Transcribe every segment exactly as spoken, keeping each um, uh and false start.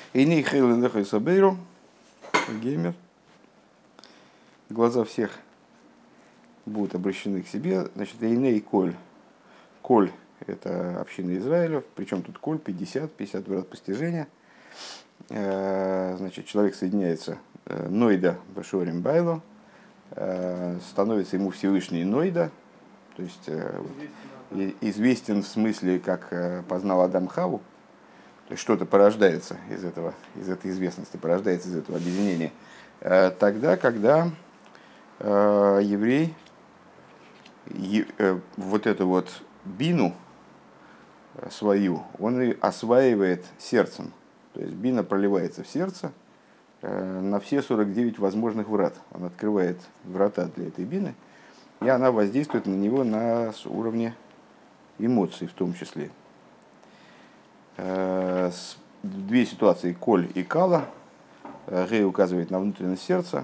Иней хейл лехай сабейру, геймер. Глаза всех будут обращены к себе. Значит, Иней коль. Коль – это община Израиля. Причем тут коль пятьдесят, пятьдесят врат постижения. Значит, человек соединяется Нойда Башорим Байло, становится ему Всевышний Нойда, то есть известен в смысле, как познал Адам Хаву, то есть что-то порождается из этого, из этой известности, порождается из этого объединения. Тогда, когда еврей вот эту вот бину свою, он и осваивает сердцем. То есть бина проливается в сердце на все сорок девять возможных врат. Он открывает врата для этой бины, и она воздействует на него на уровне эмоций в том числе. Две ситуации, коль и кала. Гей указывает на внутренность сердца,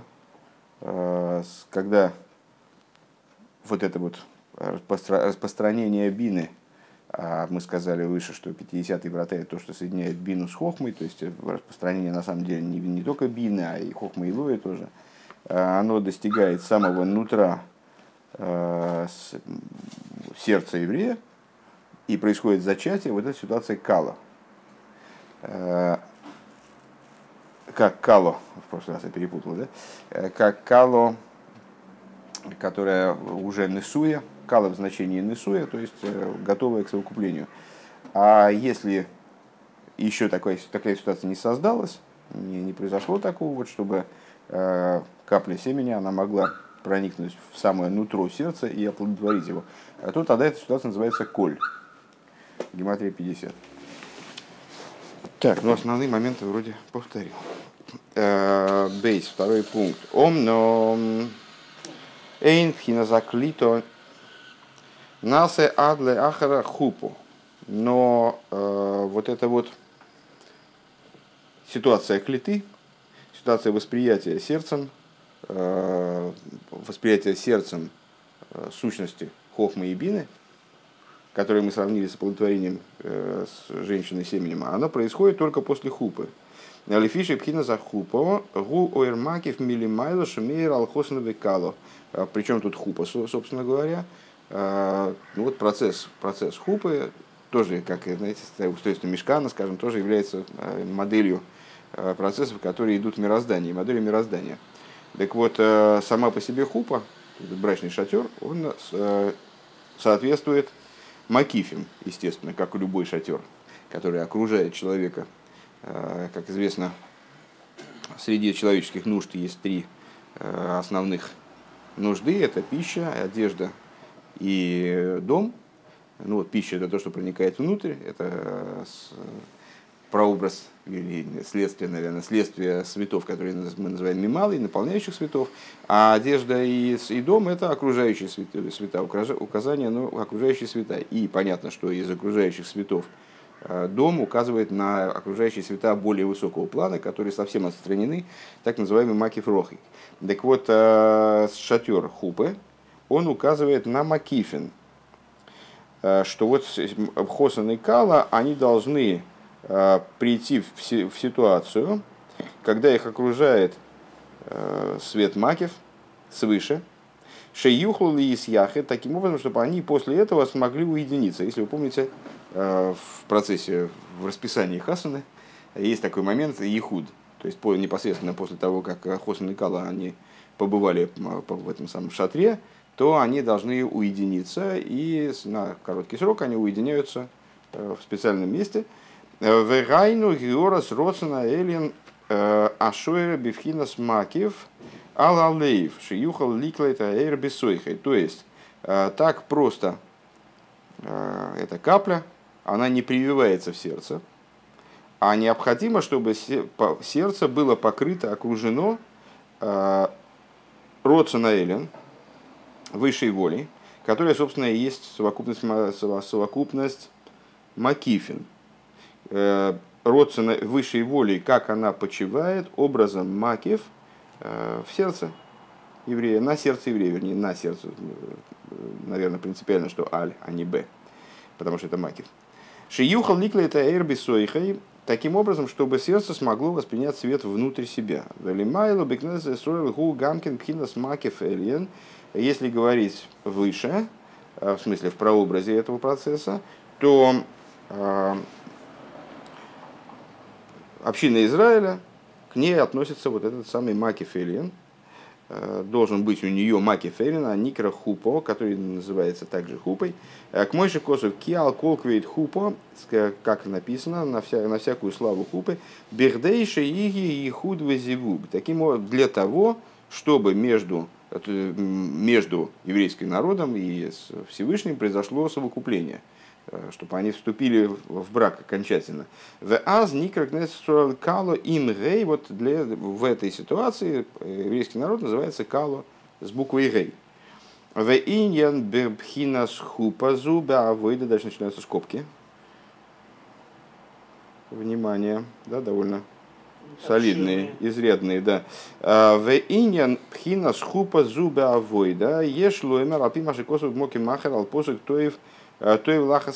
когда вот это вот распространение бины, а мы сказали выше, что пятидесятые врата – это то, что соединяет бину с хохмой, то есть распространение на самом деле не, не только бины, а и хохмы и лоя тоже. Оно достигает самого нутра э, сердца еврея, и происходит зачатие, вот эта ситуация кала. Э, как кало, в прошлый раз я перепутал, да? Как кало, которая уже несуя, кала в значении несуя, то есть готовая к совокуплению. А если еще такая, такая ситуация не создалась, не, не произошло такого, вот, чтобы э, капля семени она могла проникнуть в самое нутро сердца и оплодотворить его, то тогда эта ситуация называется коль. Гематрия пятьдесят. Так, ну основные моменты вроде повторил. Э, бейс, второй пункт. Ом, но эйн пхиназаклито насе адле ахара хупу. Но э, вот эта вот ситуация клиты, ситуация восприятия сердцем, э, восприятие сердцем э, сущности хохмы и бины, которые мы сравнили с оплодотворением э, с женщиной семенем, оно происходит только после хупы. Алифиши пхина за хупо, гу оэрмакив милимайло шумейр алхосновый кало. Причем тут хупа, собственно говоря. Ну вот процесс, процесс хупы, тоже, как знаете, устройство мишкана, скажем, тоже является моделью процессов, которые идут в мироздании, моделью мироздания. Так вот, сама по себе хупа, брачный шатер, он соответствует макифим, естественно, как и любой шатер, который окружает человека. Как известно, среди человеческих нужд есть три основных нужды. Это пища, одежда и дом. Ну, вот, пища – это то, что проникает внутрь. Это прообраз, или следствие, наверное, следствие светов, которые мы называем мималой, наполняющих светов. А одежда и, и дом – это окружающие света, света, указания на окружающие света. И понятно, что из окружающих светов дом указывает на окружающие света более высокого плана, которые совсем отстранены, так называемый макиф рохи. Так вот, шатер хупы, он указывает на макифин, что вот хосан и кала, они должны прийти в ситуацию, когда их окружает свет макиф свыше, шеюхл и исьяхе, таким образом, чтобы они после этого смогли уединиться. Если вы помните, в процессе, в расписании хасаны есть такой момент ехуд, то есть непосредственно после того, как хосан и кала они побывали в этом самом шатре, то они должны уединиться, и на короткий срок они уединяются в специальном месте. Вегайну георас роцена элин ашуэра бифхинас макив алалеев шиюхал ликлайта эйр бессойхай. То есть так просто эта капля, она не прививается в сердце, а необходимо, чтобы сердце было покрыто, окружено роцена элин, высшей волей, которая, собственно, и есть совокупность, совокупность макифин. Родственно высшей волей, как она почивает образом макиф в сердце еврея, на сердце еврея, вернее, на сердце, наверное, принципиально, что аль, а не б, потому что это макиф. Шиюхал ликла это эйр бисойхай, таким образом, чтобы сердце смогло воспринять свет внутрь себя. Если говорить выше, в смысле в прообразе этого процесса, то община Израиля, к ней относится вот этот самый Макиф Элиен. Должен быть у нее Макиф Элиен, а Никра Хупо, который называется также Хупой. К Мойше Косов Киал Колквейт Хупо, как написано, на, вся, на всякую славу Хупы, Бердейши Иги и Худ Везивуб. Таким образом, для того, чтобы между, между еврейским народом и Всевышним произошло совокупление, чтобы они вступили в брак окончательно. В аз кало им гей, вот для, в этой ситуации еврейский народ называется кало с буквой гей. В иньян бебхинас хупазу беавойда, дальше начинаются скобки. Внимание, да, довольно солидные, изрядные, да. В иньян бхинас хупазу беавойда ешлуэмер алпи машикосу моки махер алпосук тоев. И вот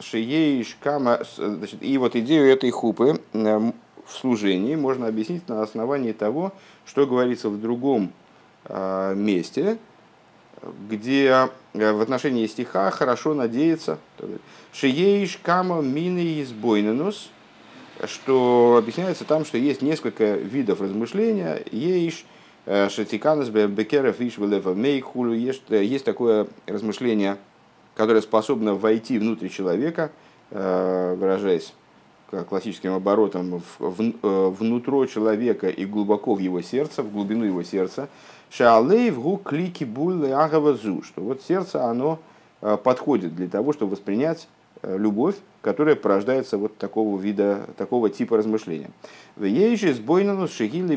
идею этой хупы в служении можно объяснить на основании того, что говорится в другом месте, где в отношении стиха хорошо надеяться, шееиш кама мины избойненус, что объясняется там, что есть несколько видов размышления, еиш шатиканус бекеров иш велева мейхулу, есть такое размышление, которая способна войти внутрь человека, выражаясь классическим оборотом, внутрь человека и глубоко в его сердце, в глубину его сердца. Шаалей в гу клики буллы агавазу, что вот сердце, оно подходит для того, чтобы воспринять любовь, которая порождается вот такого вида, такого типа размышления. В ейже сбойнанус шегили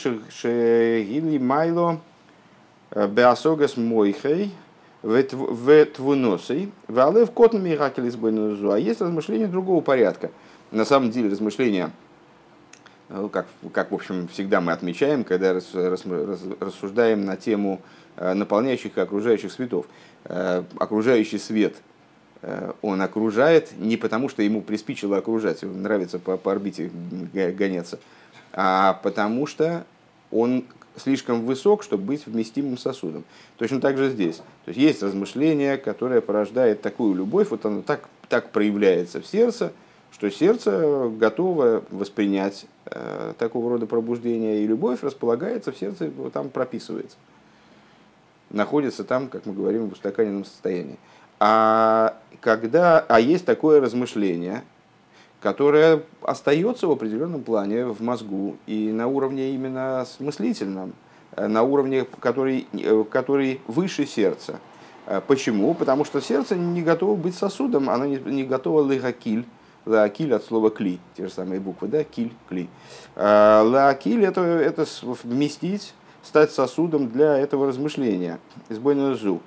майло беасогас мойхей, в твуносой, в алев котнами иракели сбойнозу. А есть размышления другого порядка. На самом деле размышления, как, как в общем всегда мы отмечаем, когда рас, рас, рассуждаем на тему наполняющих и окружающих светов. Окружающий свет, он окружает не потому, что ему приспичило окружать, ему нравится по, по орбите гоняться, а потому что он слишком высок, чтобы быть вместимым сосудом. Точно так же здесь. То есть есть размышление, которое порождает такую любовь, вот оно так, так проявляется в сердце, что сердце готово воспринять э, такого рода пробуждение, и любовь располагается в сердце, там прописывается. Находится там, как мы говорим, в устаканенном состоянии. А, когда, а есть такое размышление, которое остается в определенном плане в мозгу и на уровне именно мыслительном, на уровне, который, который выше сердца. Почему? Потому что сердце не готово быть сосудом, оно не, не готово легакиль. Леакиль от слова кли, те же самые буквы, да, киль, кли. Леакиль это, это вместить, стать сосудом для этого размышления. Избойную зу.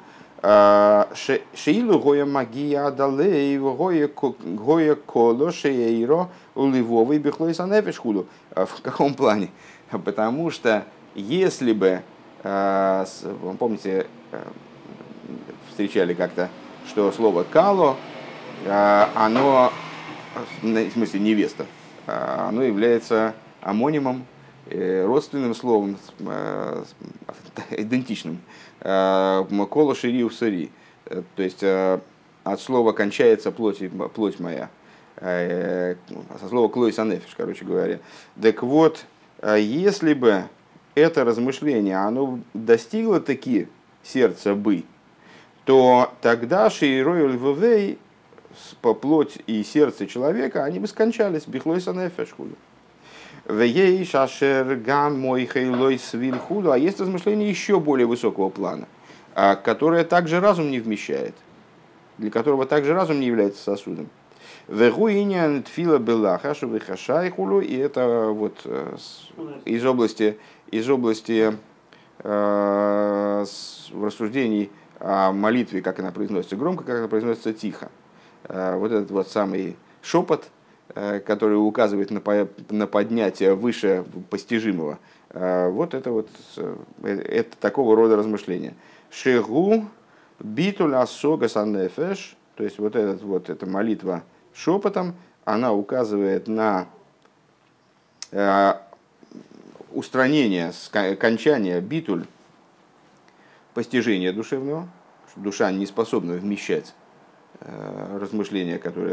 Шеилу гоя магия адалей, гоя коло, шеиро, уливовый, бехлой санефишхуду. В каком плане? Потому что если бы, вы помните, встречали как-то, что слово кало, оно, в смысле невеста, оно является амонимом, родственным словом, идентичным. Коло шири усари. То есть от слова кончается плоть, плоть моя. Со слова клой санефиш, короче говоря. Так вот, если бы это размышление, оно достигло таки сердца бы, то тогда шиирой львовей, по плоть и сердце человека, они бы скончались. Бихлой санефиш худу. А есть размышление еще более высокого плана, которое также разум не вмещает, для которого также разум не является сосудом. И это вот из области, из области э, рассуждений о молитве, как она произносится громко, как она произносится тихо. Вот этот вот самый шепот, который указывает на, на поднятие выше постижимого. Вот это вот это такого рода размышления. Шегу битуль асога саннефеш, то есть вот, этот, вот эта молитва шепотом, она указывает на устранение, окончание битуль постижения душевного, душа не способна вмещать размышления, которые,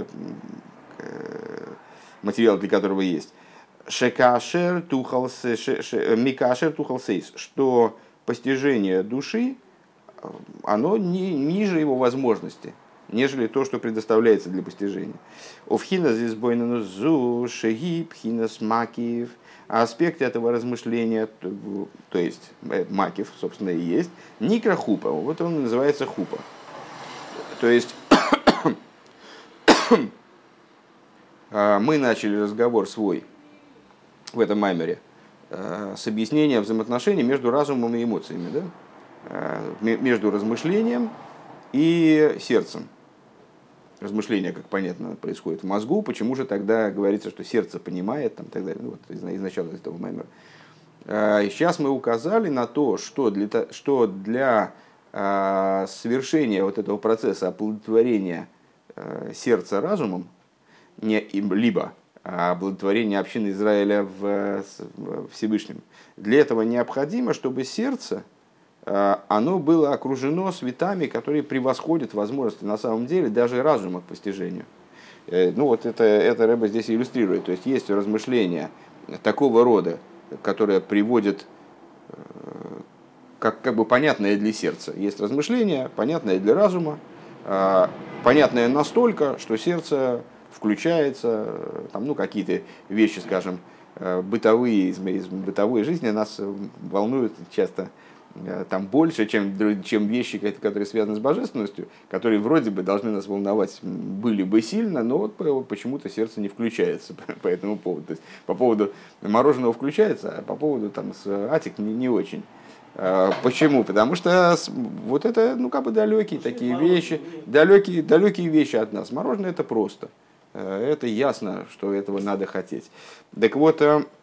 материал для которого есть. Шекашер микашер тухалсейс, что постижение души, оно не, ниже его возможности, нежели то, что предоставляется для постижения. Овхина здесь бойнанузу шеги пхинас макиев. А аспект этого размышления, то есть макив, собственно, и есть никрохупа. Вот он называется хупа. То есть мы начали разговор свой в этом маймере с объяснением взаимоотношений между разумом и эмоциями, да? Между размышлением и сердцем. Размышление, как понятно, происходит в мозгу. Почему же тогда говорится, что сердце понимает, там, так далее, ну, вот, из, из начала этого маймера. Сейчас мы указали на то, что для, что для а, совершения вот этого процесса оплодотворения а, сердца разумом, не им, либо оплодотворения общины Израиля в, в Всевышнем, для этого необходимо, чтобы сердце оно было окружено светами, которые превосходят возможности на самом деле даже разума к постижению. Ну вот это, это Рэбе здесь иллюстрирует. То есть есть размышления такого рода, которые приводят, как, как бы понятное для сердца. Есть размышления, понятное для разума, понятное настолько, что сердце включается, там, ну, какие-то вещи, скажем, бытовые, из, из бытовой жизни нас волнуют часто там больше, чем, чем вещи, которые связаны с божественностью, которые вроде бы должны нас волновать, были бы сильно, но вот почему-то сердце не включается по этому поводу. То есть по поводу мороженого включается, а по поводу там, с атик не, не очень. Почему? Потому что вот это, ну, как бы далекие такие вещи, далекие, далекие вещи от нас. Мороженое это просто. Это ясно, что этого надо хотеть. Так вот,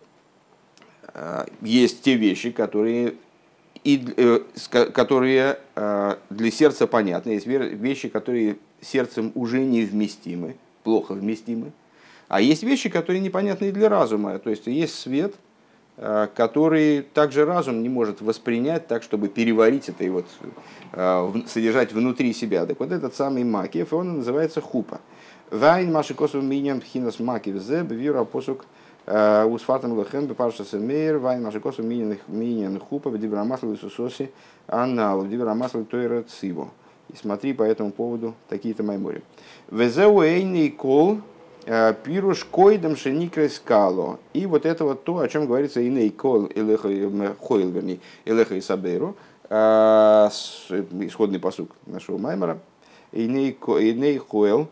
есть те вещи, которые и которые для сердца понятны, есть вещи, которые сердцем уже невместимы, плохо вместимы, а есть вещи, которые непонятны для разума, то есть есть свет, который также разум не может воспринять так, чтобы переварить это и вот содержать внутри себя. Так вот этот самый макев, он называется хупа. Вайн машикосу миньян пхинас макев зе бвира посук Усфартам лохем бепарша семейр вайн машикосу миньян хупа вдибрамаслу Иисусоси анал вдибрамаслу тойра циву. И смотри по этому поводу такие-то маймори. Везеу эйный кол пируш койдам шеникрес кало. И вот это вот то, о чем говорится эйный кол элеха хойл, вернее, элеха и сабейру, исходный посук нашего маймора. Эйный хойл,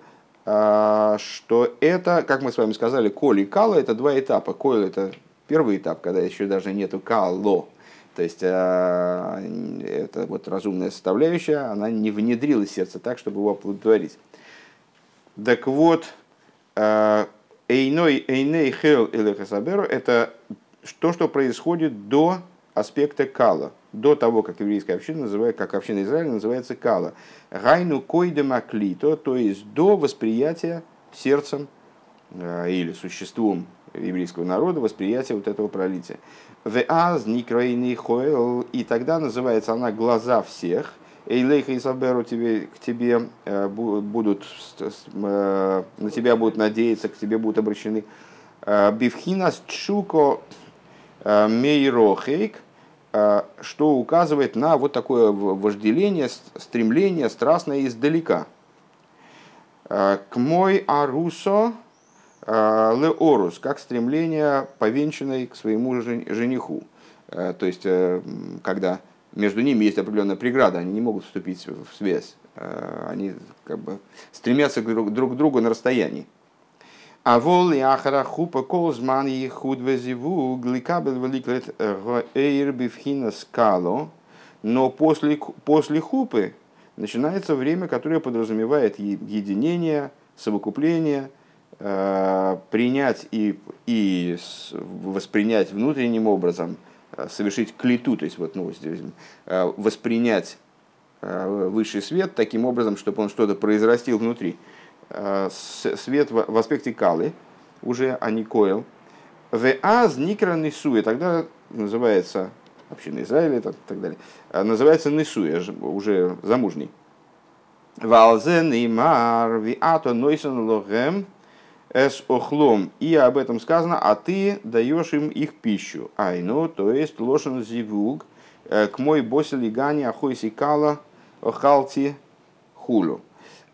что это, как мы с вами сказали, коль и кало, это два этапа. Коль это первый этап, когда еще даже нету кало, то есть это вот разумная составляющая, она не внедрилась в сердце так, чтобы его оплодотворить. Так вот, эйной эйней хел элехасаберу, это то, что происходит до аспекта кала, до того, как еврейская община называется, как община Израиля называется кала. Гайну койдема клито, то есть до восприятия сердцем э, или существом еврейского народа, восприятия вот этого пролития. Веаз никрейный хоэл, и тогда называется она глаза всех. Эйлейха и Саберу тебе, к тебе э, будут, э, на тебя будут надеяться, к тебе будут обращены. Бифхинас чуко мейрохейк, что указывает на вот такое вожделение, стремление страстное издалека. К мой арусо леорус, как стремление повенчанной к своему жениху. То есть, когда между ними есть определенная преграда, они не могут вступить в связь. Они как бы стремятся друг, друг к другу на расстоянии. А вол и ахара хупа колзман и худвезиву гликабель великлет эйрбифхина скало. Но после, после хупы начинается время, которое подразумевает единение, совокупление, принять и, и воспринять внутренним образом, совершить клиту, то есть вот, ну, воспринять высший свет таким образом, чтобы он что-то произрастил внутри. Свет в аспекте калы, уже, а не коэл. Веаз никра несуя, тогда называется община Израиля и так, так далее, называется несуя, уже замужний. Валзен и мар виато нойсон логем эс охлом. И об этом сказано, а ты даешь им их пищу. Айну, то есть лошен зивуг, к мой босель гани ахойси кала халти хулю.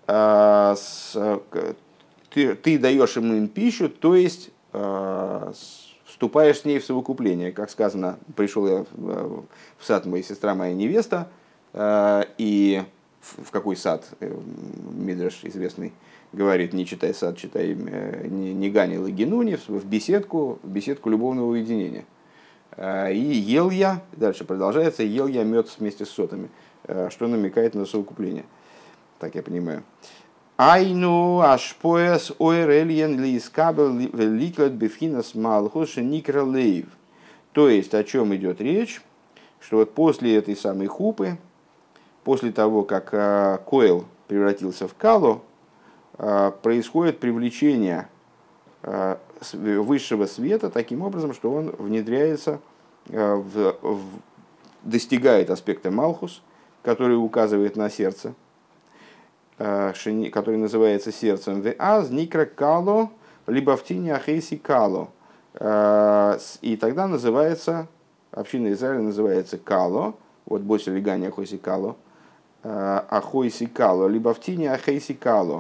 Ты, ты даешь им, им пищу, то есть вступаешь с ней в совокупление. Как сказано, пришел я в сад, моя сестра, моя невеста, и в какой сад, Мидраш известный говорит, не читай сад, читай не, не Гани Лагинуни, в беседку, в беседку любовного уединения. И ел я, дальше продолжается, ел я мед вместе с сотами, что намекает на совокупление. Так я понимаю. Айну ашпоэс ойрельен лискабел ликлад бифхинас малхус никра лейв. То есть, о чем идет речь, что вот после этой самой хупы, после того, как Коэл превратился в Калу, происходит привлечение высшего света таким образом, что он внедряется, в, в, достигает аспекта Малхус, который указывает на сердце, который называется сердцем Веаз, Никра Кало, либо в тени Ахейси Кало. И тогда называется, община Израиля называется Кало, вот Боси Лигани Ахойси Кало, Ахойси Кало, либо в тени Ахейси Кало.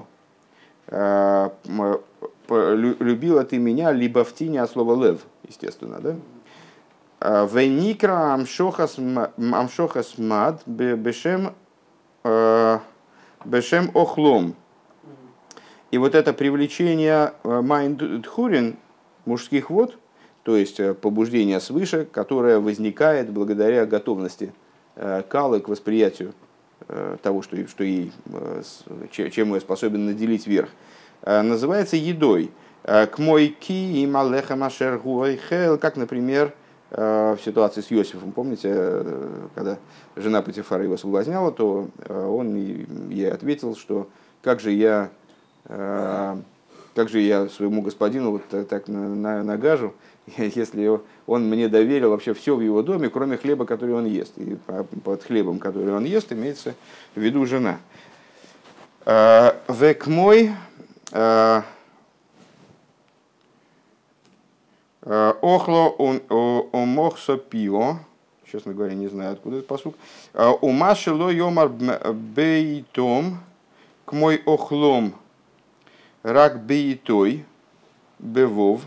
Любила ты меня, либо в тени от слова лев, естественно, да? Веникра амшохас мад бешем бешем охлом. И вот это привлечение майндхурин, мужских вод, то есть побуждение свыше, которое возникает благодаря готовности Калы к восприятию того, что, что ей, чем ее способен наделить верх, называется едой. К мой ки и малеха машер гуайхел, как, например, в ситуации с Йосифом, помните, когда жена Потифара его соблазняла, то он ей ответил, что как же я, как же я своему господину вот так нагажу, если он мне доверил вообще все в его доме, кроме хлеба, который он ест. И под хлебом, который он ест, имеется в виду жена. Век мой охло омохсо пио, честно говоря, не знаю, откуда этот пасук. Умашило йомар бейтом к мой охлом рак бейтой бевов.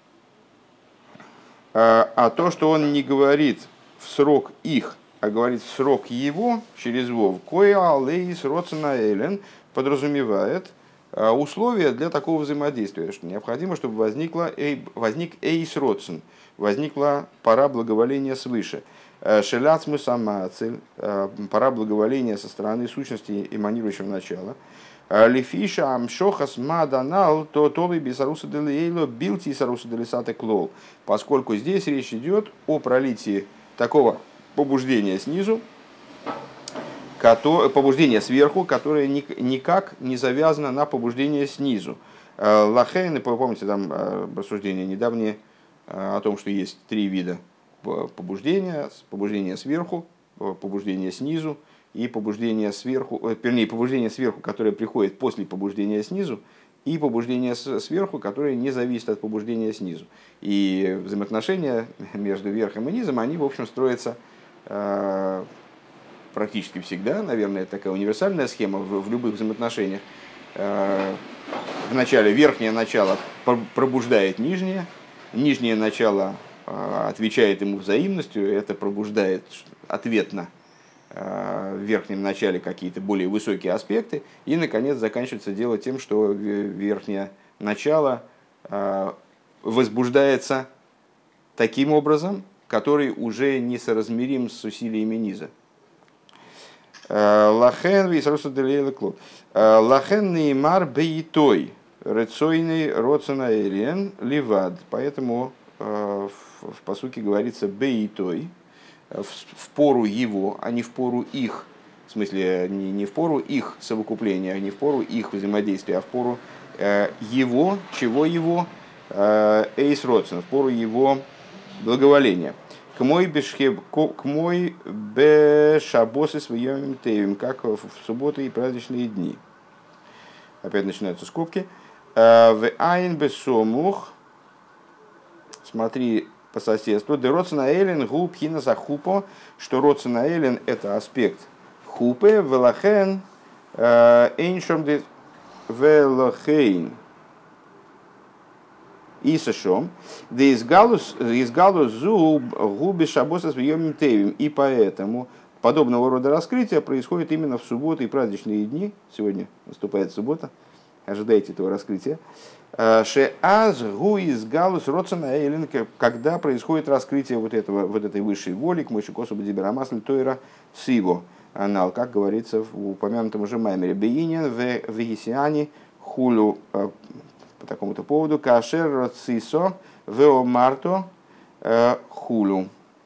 А то, что он не говорит в срок их, а говорит в срок его, через вов, коя алейс роцена элен, подразумевает условия для такого взаимодействия, что необходимо, чтобы возникла, возник эйс роцен, возникла пора благоволения свыше. Шеляцму сама цель, пора благоволения со стороны сущности эманирующего начала. Лифиша амшохас маданал, то толы бисаруса делейло билти саруса делисате клол. Поскольку здесь речь идет о пролитии такого побуждения снизу, побуждение сверху, которое никак не завязано на побуждение снизу. Лахейн, помните там рассуждение недавнее о том, что есть три вида побуждения: побуждение сверху, побуждение снизу и побуждение сверху, вернее, побуждение сверху, которое приходит после побуждения снизу, и побуждение сверху, которое не зависит от побуждения снизу. И взаимоотношения между верхом и низом, они, в общем, строятся э, практически всегда, наверное, это такая универсальная схема в, в любых взаимоотношениях. Э, вначале верхнее начало пробуждает нижнее, нижнее начало э, отвечает ему взаимностью, это пробуждает ответно в верхнем начале какие-то более высокие аспекты, и, наконец, заканчивается дело тем, что верхнее начало возбуждается таким образом, который уже несоразмерим с усилиями низа. Лахен неймар бейтой рецойный роцена элен ливад. Поэтому в пасуке говорится бейтой, в пору его, а не в пору их, в смысле не, не в пору их совокупления, не в пору их взаимодействия, а в пору э, его, чего его, эйс родсен, в пору его благоволения. К мой бешхеб, к мой бешабосы своем тевим, как в субботы и праздничные дни. Опять начинаются скобки. В айн бесомух, смотри по соседству, де родсена элен губ хинаса хупо, что родсена элен это аспект хупы, велахен эйншом де велахейн. Исашом, да из галус зу губи шабоса с въемим тевим. И поэтому подобного рода раскрытия происходит именно в субботы и праздничные дни. Сегодня наступает суббота. Ожидайте этого раскрытия. Шеаз гу из галус родсена элен, когда происходит раскрытие вот, этого, вот этой высшей воли, к мойши косу бадиберамасль тойра сиво. Анал, как говорится в упомянутом уже маймере. Бейинен в вегисиане хулю. По такому-то поводу, кашер цисо вео марто хулу.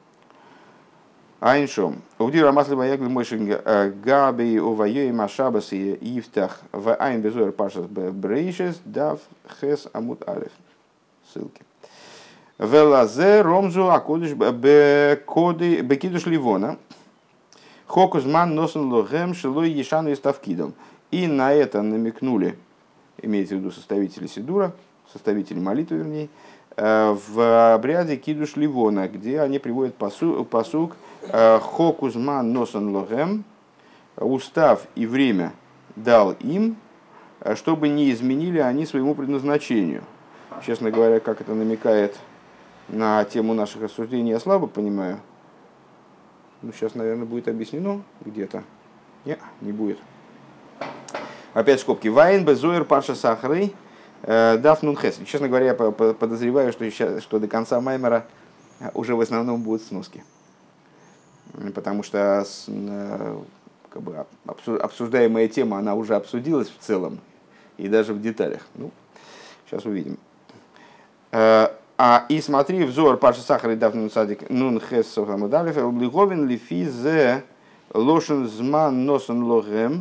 Айншом. Увдира масли баягли мойшинга габи увайой машабас и ифтах в айн безуэр пашас брейшес дав хес амут алиф. Ссылки. Велазе ромзу акодыш бекоды бекидуш ливона. Хокузман носен логем шилой ешану и ставкидом. И на это намекнули, имеется в виду составители Сидура, составители молитвы, вернее, в обряде Кидуш Ливона, где они приводят пасук «Хокузман носан логем», устав и время дал им, чтобы не изменили они своему предназначению. Честно говоря, как это намекает на тему наших рассуждений, я слабо понимаю. Ну, сейчас, наверное, будет объяснено где-то. Нет, не будет. Опять скобки. Вайн безуэр парша сахры дав нун хес. Честно говоря, я подозреваю, что, сейчас, что до конца маймера уже в основном будут сноски. Потому что как бы, обсуждаемая тема, она уже обсудилась в целом и даже в деталях. Ну, сейчас увидим. А и смотри, взор парша сахры дав нун садик нун хес сохамадалев облиговен лифизе лошен зман носен логем.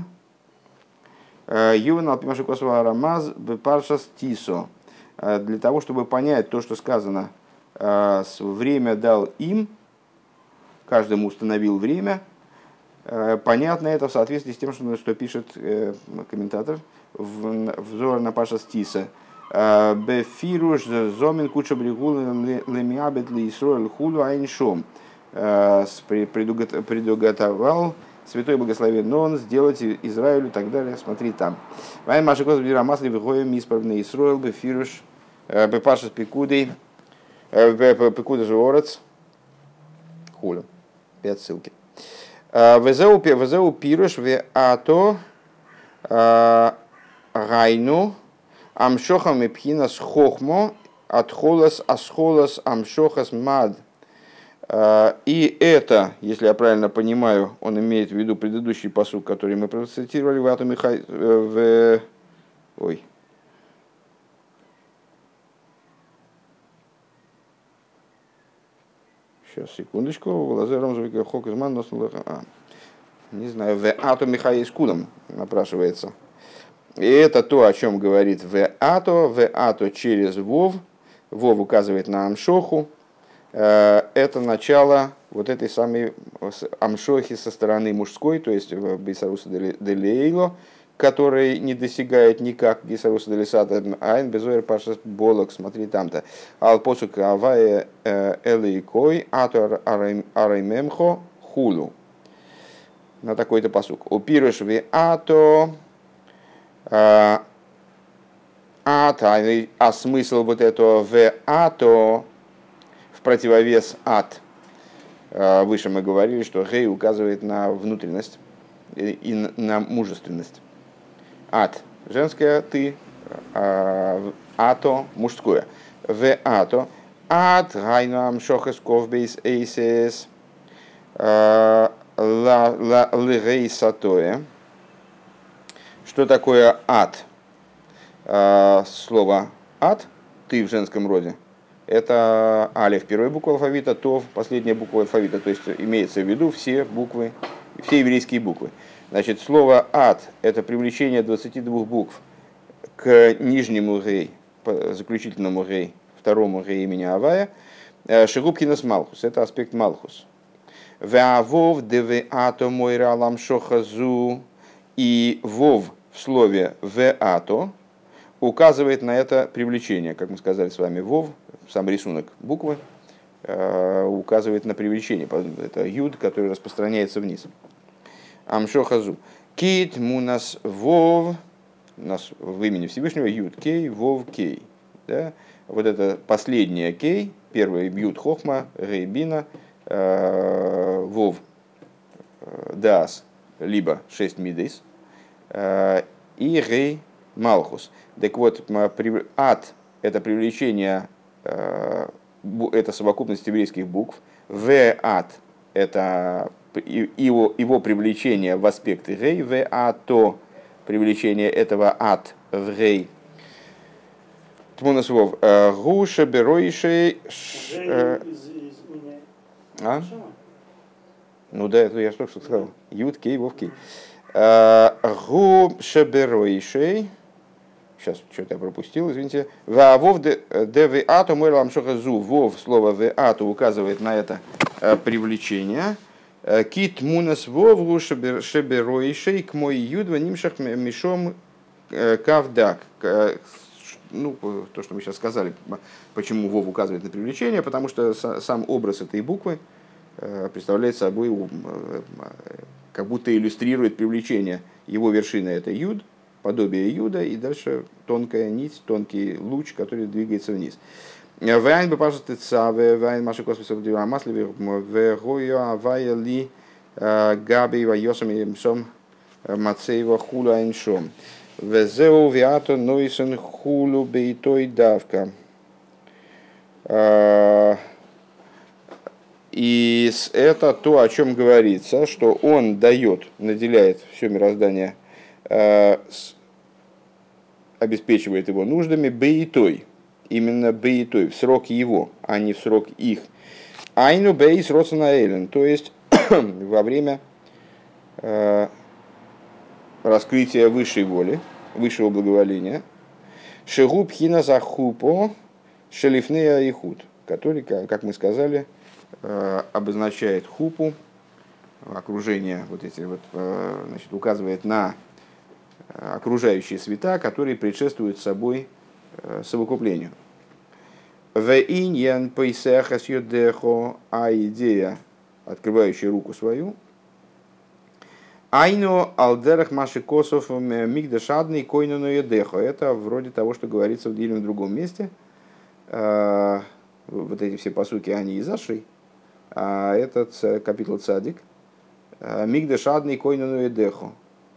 Ювен алпимаши косова рамаз бепаршас тисо. Для того, чтобы понять то, что сказано, время дал им, каждому установил время, понятно это в соответствии с тем, что, что пишет комментатор в Зор на Пашас Тиса. Бефируш зомин куча бригул лемиабет ли Исроэль хулу айншом. Предуготовал Святой Благословен Он сделать Израилю и так далее. Смотри там. Вай маши Господи рамасли выходим исправный Исроэл бефируш бепашас пикудей пикудей жуорец хулю. Пять ссылки. Везеу везеу пируш ве ато гайну амшохам и пхинас хохмо отхолас асхолас амшохас мад. И это, если я правильно понимаю, он имеет в виду предыдущий пасук, который мы процитировали в Ату Михай... в... Ой. Сейчас, секундочку. Лазером звука хок изман нос. Не знаю, в Ату Михай с кудом напрашивается. И это то, о чем говорит в Ато, в Ато через Вов. Вов указывает на Амшоху. Это начало вот этой самой амшохи со стороны мужской, то есть Бейсаруса делейло, который не достигает никак Бейсаруса делисата, айн безуэр пашас болок, смотри там-то. Ал посук авае элейкой атор араймемхо хулу. На такой-то посук. Упируш ви ато ат, а смысл вот этого в ато противовес ад. Выше мы говорили, что гей указывает на внутренность и на мужественность. Ад женское, ты, ато мужское. В ато ад гайнам шохес ковбейс эйсес ла легей сатое. Что такое ад? Слово ад, ты в женском роде. Это алиф, первая буква алфавита, тов, последняя буква алфавита. То есть имеется в виду все буквы, все еврейские буквы. Значит, слово ад – это привлечение двадцати двух букв к нижнему гей, заключительному гей, второму гей имени Авая, Шигубкинас Малхус, это аспект Малхус. Веавов деве ато мойра ламшохазу, и вов в слове веато указывает на это привлечение, как мы сказали с вами, вов, сам рисунок буквы, указывает на привлечение, это юд, который распространяется вниз. Амшохазу. Кит мунас вов, у нас в имени Всевышнего юд кей, вов кей. Да? Вот это последнее кей, первый юд хохма, рейбина, вов дас, либо шесть мидейс, и рей малхус. Так вот, ад – это привлечение, это совокупность еврейских букв, в ад – это его, его привлечение в аспект рей, в а то привлечение этого ад в рей. Тмунас вов гуша беройшей. А? Ну да, это я что что сказал. Юд кей вов кей. Гу шеберойшей. Сейчас что-то я пропустил, извините. Вов деви ату мой ламшоха зу. Вов слово в ату указывает на это привлечение. Кит мунас вовгу шеберойшей к мой юдва нимшах мишом кавдак. Ну, то, что мы сейчас сказали, почему вов указывает на привлечение, потому что сам образ этой буквы представляет собой, как будто иллюстрирует привлечение. Его вершина это юд, подобие юда, и дальше тонкая нить, тонкий луч, который двигается вниз. Вайн бы пожалуйста цаве, вайн маши космосов дива маслеви, вегоя авая ли габи вайосам и мсом мацеева хула иншом. Везеу виато нойсен хулу бейтой давка. И это то, о чем говорится, что он дает, наделяет все мироздание, обеспечивает его нуждами бейтой. Именно бейтой, в срок его, а не в срок их. Айну бейс роценаэлен, то есть во время раскрытия высшей воли, высшего благоволения, шегуб хина захупо шелифнея и худ, который, как мы сказали, обозначает хупу, окружение, вот эти вот, значит, указывает на окружающие света, которые предшествуют собой совокуплению. Вэиньян пейсэхас йодехо, а идея, открывающая руку свою, айно алдерах маши косов мигдашадный койну йодехо. Это вроде того, что говорится в или в другом месте. Вот эти все пасуки, они из Аши, а этот капитул Цадик. Мигдашадный койну йодехо.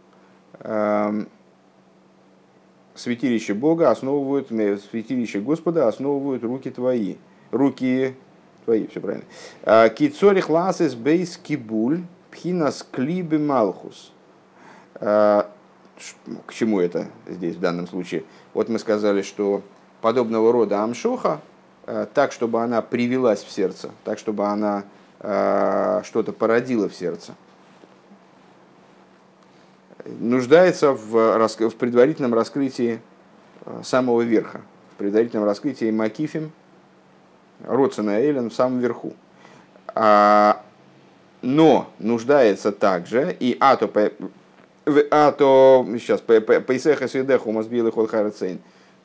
Святилище Бога основывают, святилище Господа основывают руки твои. Руки твои, все правильно. Кицорих ласес бейс кибуль пхинас клибы малхус. К чему это здесь в данном случае? Вот мы сказали, что подобного рода амшоха, так, чтобы она привилась в сердце, так, чтобы она что-то породила в сердце, нуждается в, в предварительном раскрытии самого верха, в предварительном раскрытии макифим, родсена Эйлен в самом верху. А, но нуждается также и ато, ато сейчас пейсеха свидеху мазбилы холхарцейн,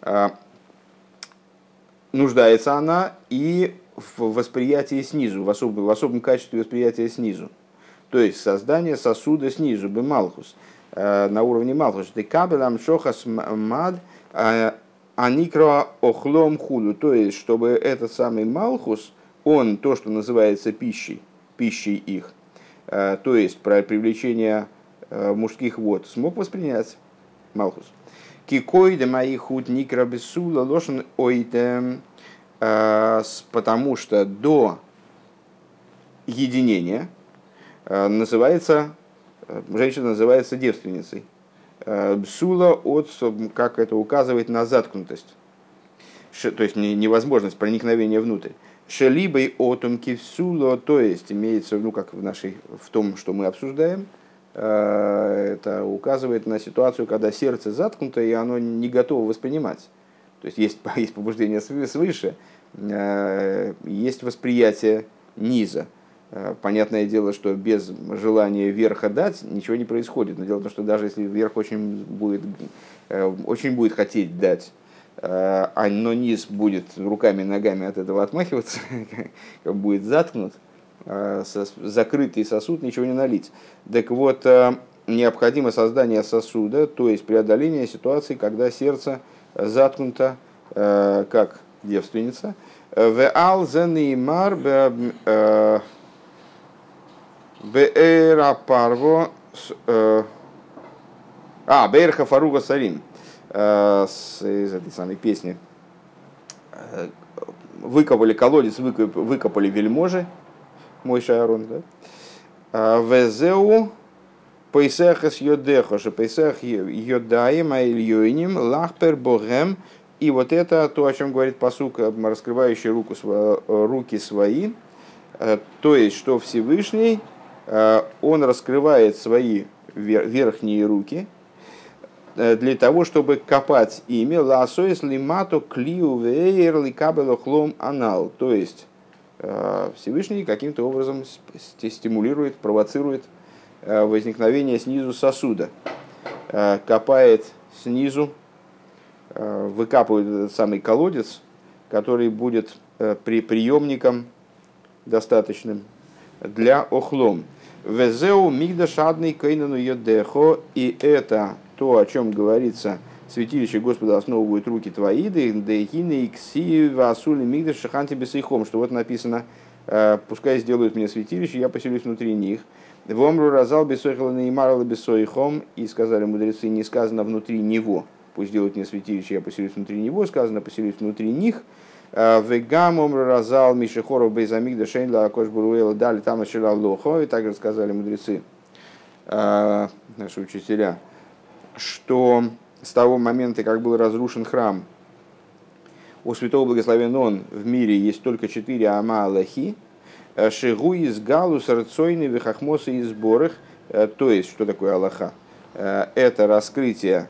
нуждается она и в восприятии снизу, в особом, в особом качестве восприятия снизу. То есть создание сосуда снизу, бемалхус, на уровне Малхус. Декабелам шохас мад аникро охлом худу. То есть, чтобы этот самый Малхус, он то, что называется пищей, пищей их, то есть про привлечение мужских вод, смог воспринять Малхус. Кикой де мои худ никро бессула лошен ойдем, потому что до единения называется, женщина называется девственницей. Бсула от, как это указывает, на заткнутость, то есть невозможность проникновения внутрь. Шелибой отумки всуло, то есть имеется, ну как в нашей, в том, что мы обсуждаем, это указывает на ситуацию, когда сердце заткнуто и оно не готово воспринимать. То есть есть, есть побуждение свыше, есть восприятие низа. Понятное дело, что без желания верха дать ничего не происходит. Но дело в том, что даже если верх очень будет, очень будет хотеть дать, но низ будет руками и ногами от этого отмахиваться, будет заткнут, закрытый сосуд, ничего не налить. Так вот, необходимо создание сосуда, то есть преодоление ситуации, когда сердце заткнуто, как девственница. Веал зенеймар беэра парво, а беэрха фаруга сарим, из этой самой песни. Выкопали колодец, выкопали вельможи, Мойше Аарон, да? Везеу пейсехас йодехо, что пейсех йодаем айльёйним лахпер богем. И вот это то, о чем говорит пасук, раскрывающий руку, руки свои. То есть, что Всевышний, он раскрывает свои верхние руки для того, чтобы копать ими ласоис лимато клиу веер ликабело хлом анал. То есть, Всевышний каким-то образом стимулирует, провоцирует возникновение снизу сосуда, копает снизу, выкапывает этот самый колодец, который будет при приемником достаточным для охлом. Везеу мигдашадный кейнану йодехо, и это то, о чем говорится: святилище Господа основывают руки твои, дехины икси васули мигдаш шаханти бесейхом, что вот написано: пускай сделают мне святилище, я поселюсь внутри них. Вомру разал бесойхала неймарала бесойхом, и сказали мудрецы, не сказано внутри него, пусть делают мне святилище, я поселюсь внутри него, сказано поселюсь внутри них. Вегам омру разал мишехоров бейзамигда шейнла акош буруэла дали там начала лохо, и также сказали мудрецы, наши учителя, что с того момента, как был разрушен храм, у святого благословен он, в мире есть только четыре ама Аллахи, шигу из галус рцойны вихахмосы и сборах. То есть, что такое Аллаха? Это раскрытие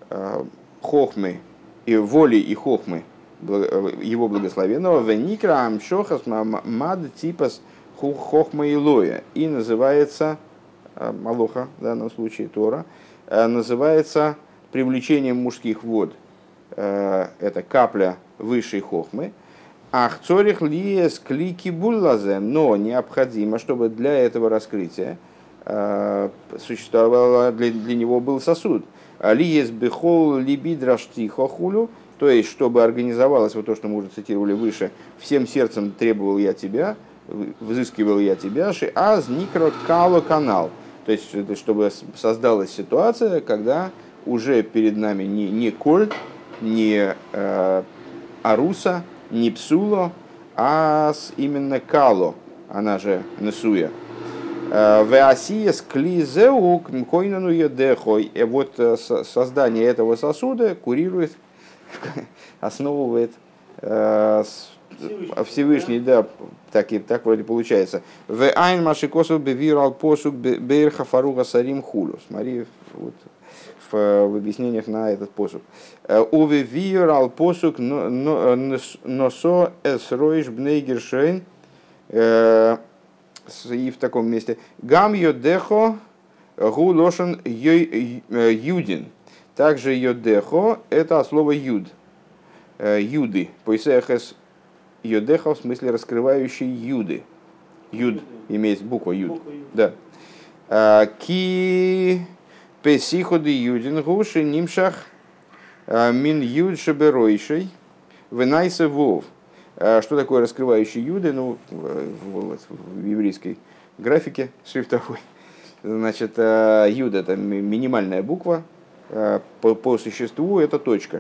хохмы и воли и хохмы его благословенного веникра амшохас мад типас хохма и лоя. И называется, Малоха в данном случае Тора, называется привлечением мужских вод. Это капля высшей хохмы. Ах, цорих лиес клики буллазе, но необходимо, чтобы для этого раскрытия э, существовало, для, для него был сосуд. Лиес бехол либидрашти хохулю, то есть, чтобы организовалось вот то, что мы уже цитировали выше: всем сердцем требовал я тебя, взыскивал я тебя, ши аз никро кало канал. То есть, чтобы создалась ситуация, когда уже перед нами не, не коль, не э, аруса, не псуло, а именно кало, она же несуя. Веасиес клизеу койнану едехой. И вот создание этого сосуда курирует, основывает Всевышний, Всевышний, да, так, и, так вроде получается. В айн машикосу бевирал посук бейрха фаруга сарим хулю. Смотри, вот, в, в объяснениях на этот посук. Уве вирал посук носо эсроиш бнейгершейн. И в таком месте. Гам йодехо гу лошен юдин. Также йодехо это слово юд. Юды. Поисехес йодехо в смысле раскрывающий юды. Юд имеется буква юд. Да. Ки песиходы юдин гуши нимшах мин юд шеберойшей венайсе вов. Что такое раскрывающий юды? Ну, в, в еврейской графике шрифтовой. Значит, юд это минимальная буква, по, по существу это точка.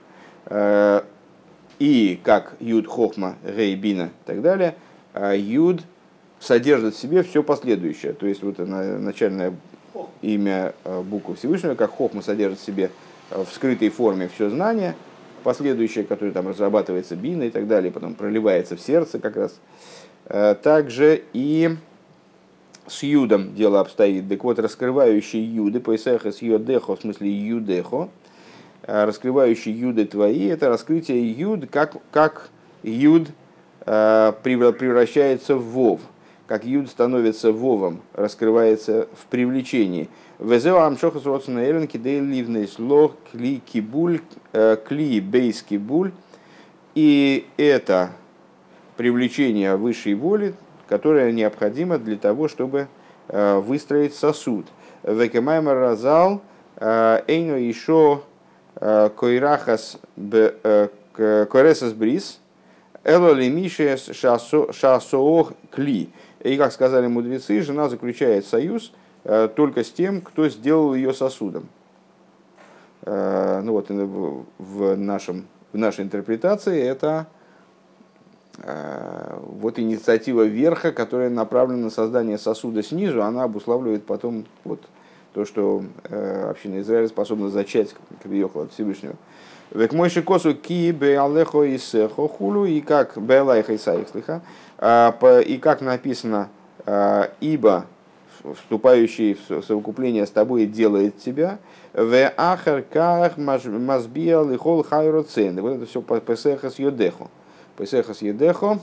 И как юд, хохма, гей, бина и так далее, юд содержит в себе все последующее. То есть вот начальное имя буквы Всевышнего, как хохма содержит в себе в скрытой форме все знание, последующее, которое там разрабатывается бина и так далее, потом проливается в сердце как раз. Также и с юдом дело обстоит. Так вот, раскрывающий юды, поисахас юдехо, в смысле юдехо, раскрывающий юды твои, это раскрытие юд, как, как юд превращается в вов, как юд становится вовом, раскрывается в привлечении. Везео амшохас родсона элен кидей ливнейс лох кли кибуль кли бейс кибуль. И это привлечение высшей воли, которое необходимо для того, чтобы выстроить сосуд. Векемаймер разал эйно еще койрахас коресас брис эло лимишес шасоох кли. И, как сказали мудрецы, жена заключает союз только с тем, кто сделал ее сосудом. Ну вот в, нашем, в нашей интерпретации это вот инициатива верха, которая направлена на создание сосуда снизу, она обуславливает потом вот то, что община Израиля способна зачать, как приехала от Всевышнего. Век мойши косу ки беалехо исехо хулу, и как беалайха исаих слыха, и как написано, ибо вступающий в совокупление с тобой делает тебя, в ахар ках мазбиал и хол хайроцен. Вот это все по песехас йодехо. Песехас йодехо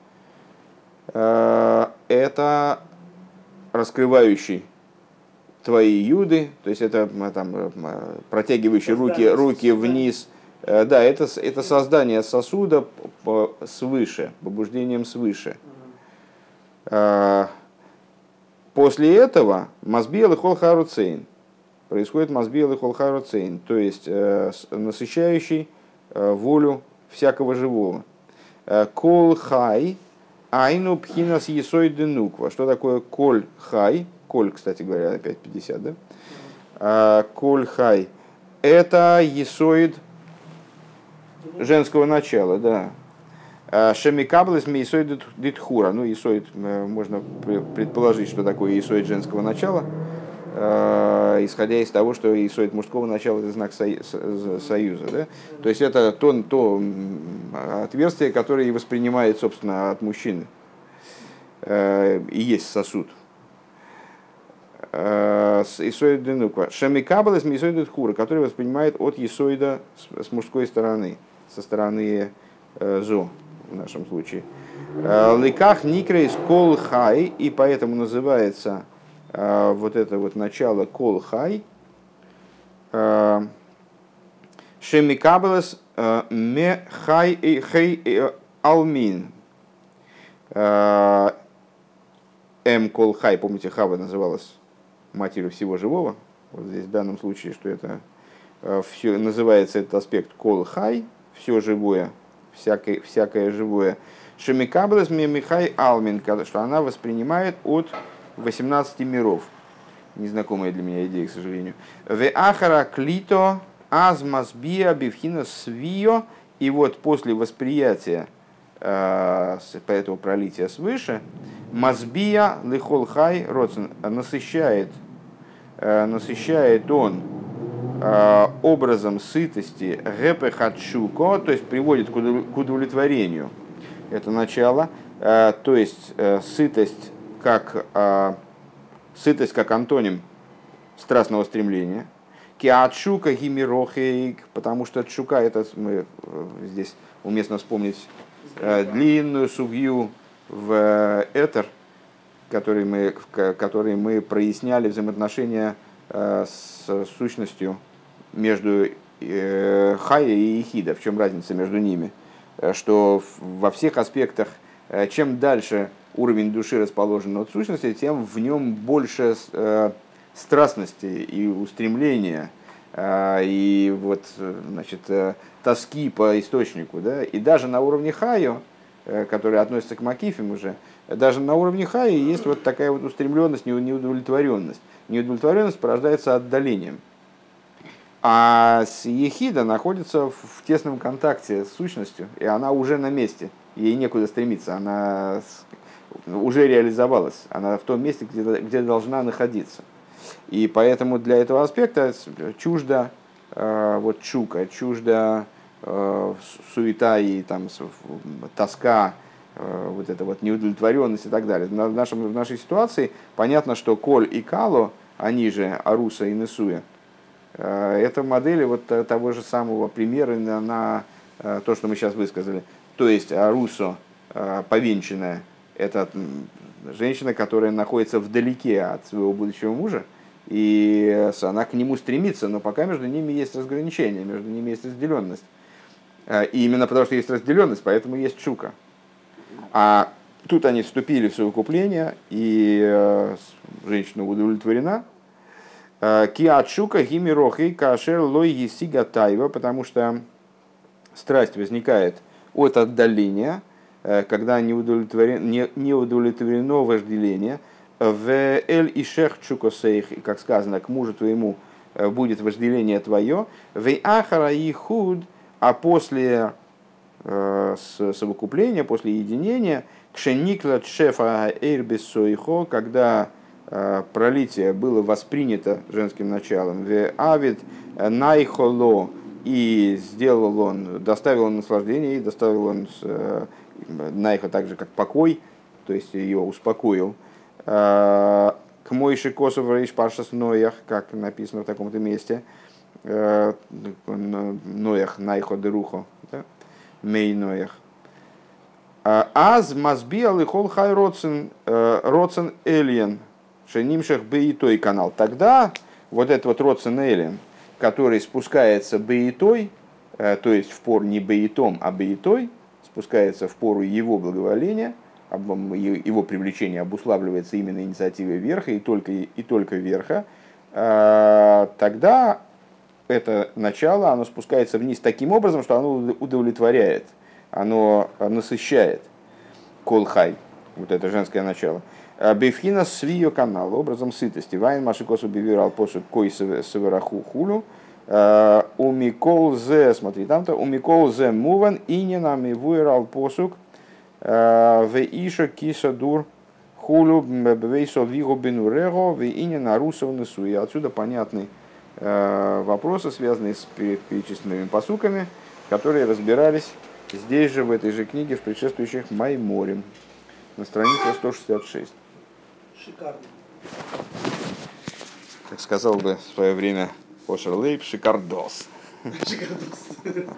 это раскрывающий твои юды, то есть это там, протягивающий руки, руки вниз. Да, это, это создание сосуда свыше, побуждением свыше. После этого мазбиел и хол харуцейн. Происходит мазбиел и хол харуцейн, то есть насыщающий волю всякого живого. Кол хай айну пхинас есой денуква. Что такое коль хай? Коль, кстати говоря, опять пятьдесят, да? Коль хай. Это есоид женского начала, да. Шемикаблес мейсоид дитхура. Ну, есоид, можно предположить, что такое есоид женского начала, исходя из того, что есоид мужского начала — это знак союза. Да? То есть это то, то отверстие, которое и воспринимает, собственно, от мужчины. И есть сосуд. Исоид денуква. Шемикаблес мейсоид дитхура, который воспринимает от есоида с мужской стороны, со стороны зо. В нашем случае. Ликах никрейс кол хай, и поэтому называется э, вот это вот начало кол хай. Шемикабелес ме хай хей алмин. М кол хай, помните, Хава называлась матерью всего живого. Вот здесь в данном случае, что это все, называется этот аспект кол хай, все живое. Всякое, всякое живое. Шемикаблес михай алмин, что она воспринимает от восемнадцати миров. Незнакомая для меня идея, к сожалению. Ве ахара клито азмазбия бифхина свио. И вот после восприятия э, этого пролития свыше, мазбия лихол хай родсен насыщает, э, насыщает он образом сытости гэпэ хатшуко, то есть приводит к удовлетворению. Это начало, то есть сытость как, сытость как антоним страстного стремления. Киатшука гимирохейк, потому что тшука, это мы здесь уместно вспомнить длинную сугью в Этер, который мы, который мы проясняли взаимоотношения с сущностью между э, Хая и Ехида. В чем разница между ними? Что во всех аспектах, чем дальше уровень души расположен от сущности, тем в нем больше э, страстности и устремления, э, и вот, значит, э, тоски по источнику. Да? И даже на уровне Хаю, э, который относится к Макифим уже, даже на уровне Хая есть вот такая вот устремленность, неудовлетворенность. Неудовлетворенность порождается отдалением. А с Ехида находится в тесном контакте с сущностью, и она уже на месте, ей некуда стремиться, она уже реализовалась, она в том месте, где, где должна находиться. И поэтому для этого аспекта чужда э, вот чука, чужда э, суета и там, тоска, э, вот эта вот неудовлетворенность и так далее. В, нашем, в нашей ситуации понятно, что Коль и Кало, они же Аруса и Несуя, Это модели вот того же самого примера на, на то, что мы сейчас высказали. То есть арусо, повенчанная, это женщина, которая находится вдалеке от своего будущего мужа, и она к нему стремится, но пока между ними есть разграничение, между ними есть разделенность. И именно потому, что есть разделенность, поэтому есть шука. А тут они вступили в совокупление, и женщина удовлетворена. Киат шука гимирохи кашер лой есига тайва, потому что страсть возникает от отдаления, когда не удовлетворено, не, не удовлетворено вожделение. В эль ишех чукосейх, как сказано, к мужу твоему будет вожделение твое. В ахара и худ, а после э, совокупления, после единения, кшеникла шефа эйрбесойхо, когда э, пролитие было воспринято женским началом. В авид найхоло, и сделал он, доставил он наслаждение, и доставил он э, найха так же, как покой, то есть ее успокоил. К Мойши Косов Рейш Паршас Ноях, как написано в таком-то месте, Ноях Найхо Дерухо, Мей Ноях. Аз Мазбиал и Хол Хай Роцен Роцен Элиен, Шенимшах Бейтой канал. Тогда вот этот вот Роцен Элиен, который спускается Бейтой, то есть в пору не Бейтом, а Бейтой, спускается в пору его благоволения, его привлечение обуславливается именно инициативой верха и только, и только верха, тогда это начало, оно спускается вниз таким образом, что оно удовлетворяет, оно насыщает колхай, вот это женское начало. Бефхина свио канал, образом сытости. Вайн машикосу бивирал посуд кой севераху хулю. У Микол зе, смотри, там-то у Микол зе муван и не нами вуирал посук. В иша киса дур хулю бвейсо вигу бенурего в ине нарусов несу. И отсюда понятны вопросы, связанные с перечисленными пасуками, которые разбирались здесь же, в этой же книге, в предшествующих Майморе, на странице сто шестьдесят шесть. Шикарно. Как сказал бы в свое время Ошер Лейб, шикардос. Шикардос.